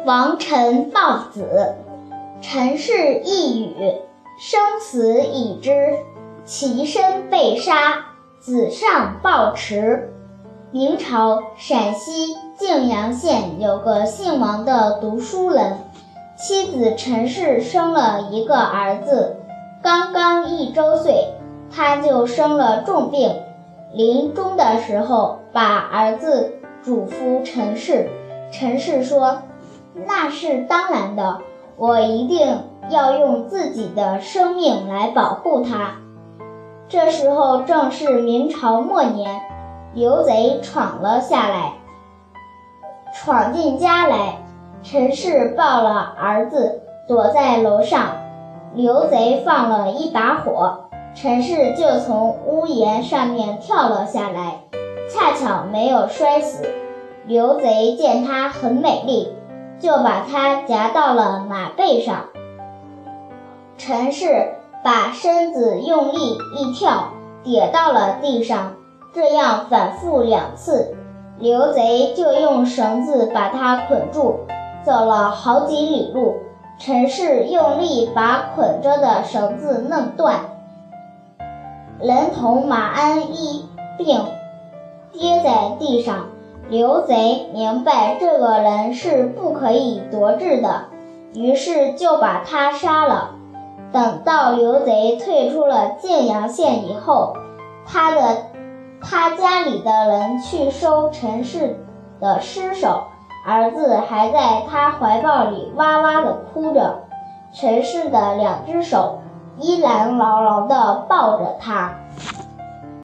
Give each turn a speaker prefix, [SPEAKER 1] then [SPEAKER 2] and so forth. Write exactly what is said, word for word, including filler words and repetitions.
[SPEAKER 1] 王臣抱子。陈氏一语，生死已知，其身被杀，子尚抱持。明朝陕西泾阳县有个姓王的读书人，妻子陈氏生了一个儿子，刚刚一周岁，他就生了重病。临终的时候，把儿子嘱咐陈氏。陈氏说：“那是当然的，我一定要用自己的生命来保护他。”这时候正是明朝末年，刘贼闯了下来，闯进家来。陈氏抱了儿子，躲在楼上。刘贼放了一把火，陈氏就从屋檐上面跳了下来，恰巧没有摔死。刘贼见她很美丽，就把她夹到了马背上。陈氏把身子用力一跳，跌到了地上，这样反复两次，刘贼就用绳子把她捆住，走了好几里路。陈氏用力把捆着的绳子弄断，人同马鞍一并跌在地上。刘贼明白这个人是不可以夺志的，于是就把他杀了。等到刘贼退出了泾阳县以后，他的他家里的人去收陈氏的尸首，儿子还在他怀抱里哇哇地哭着，陈氏的两只手依然牢牢地抱着他。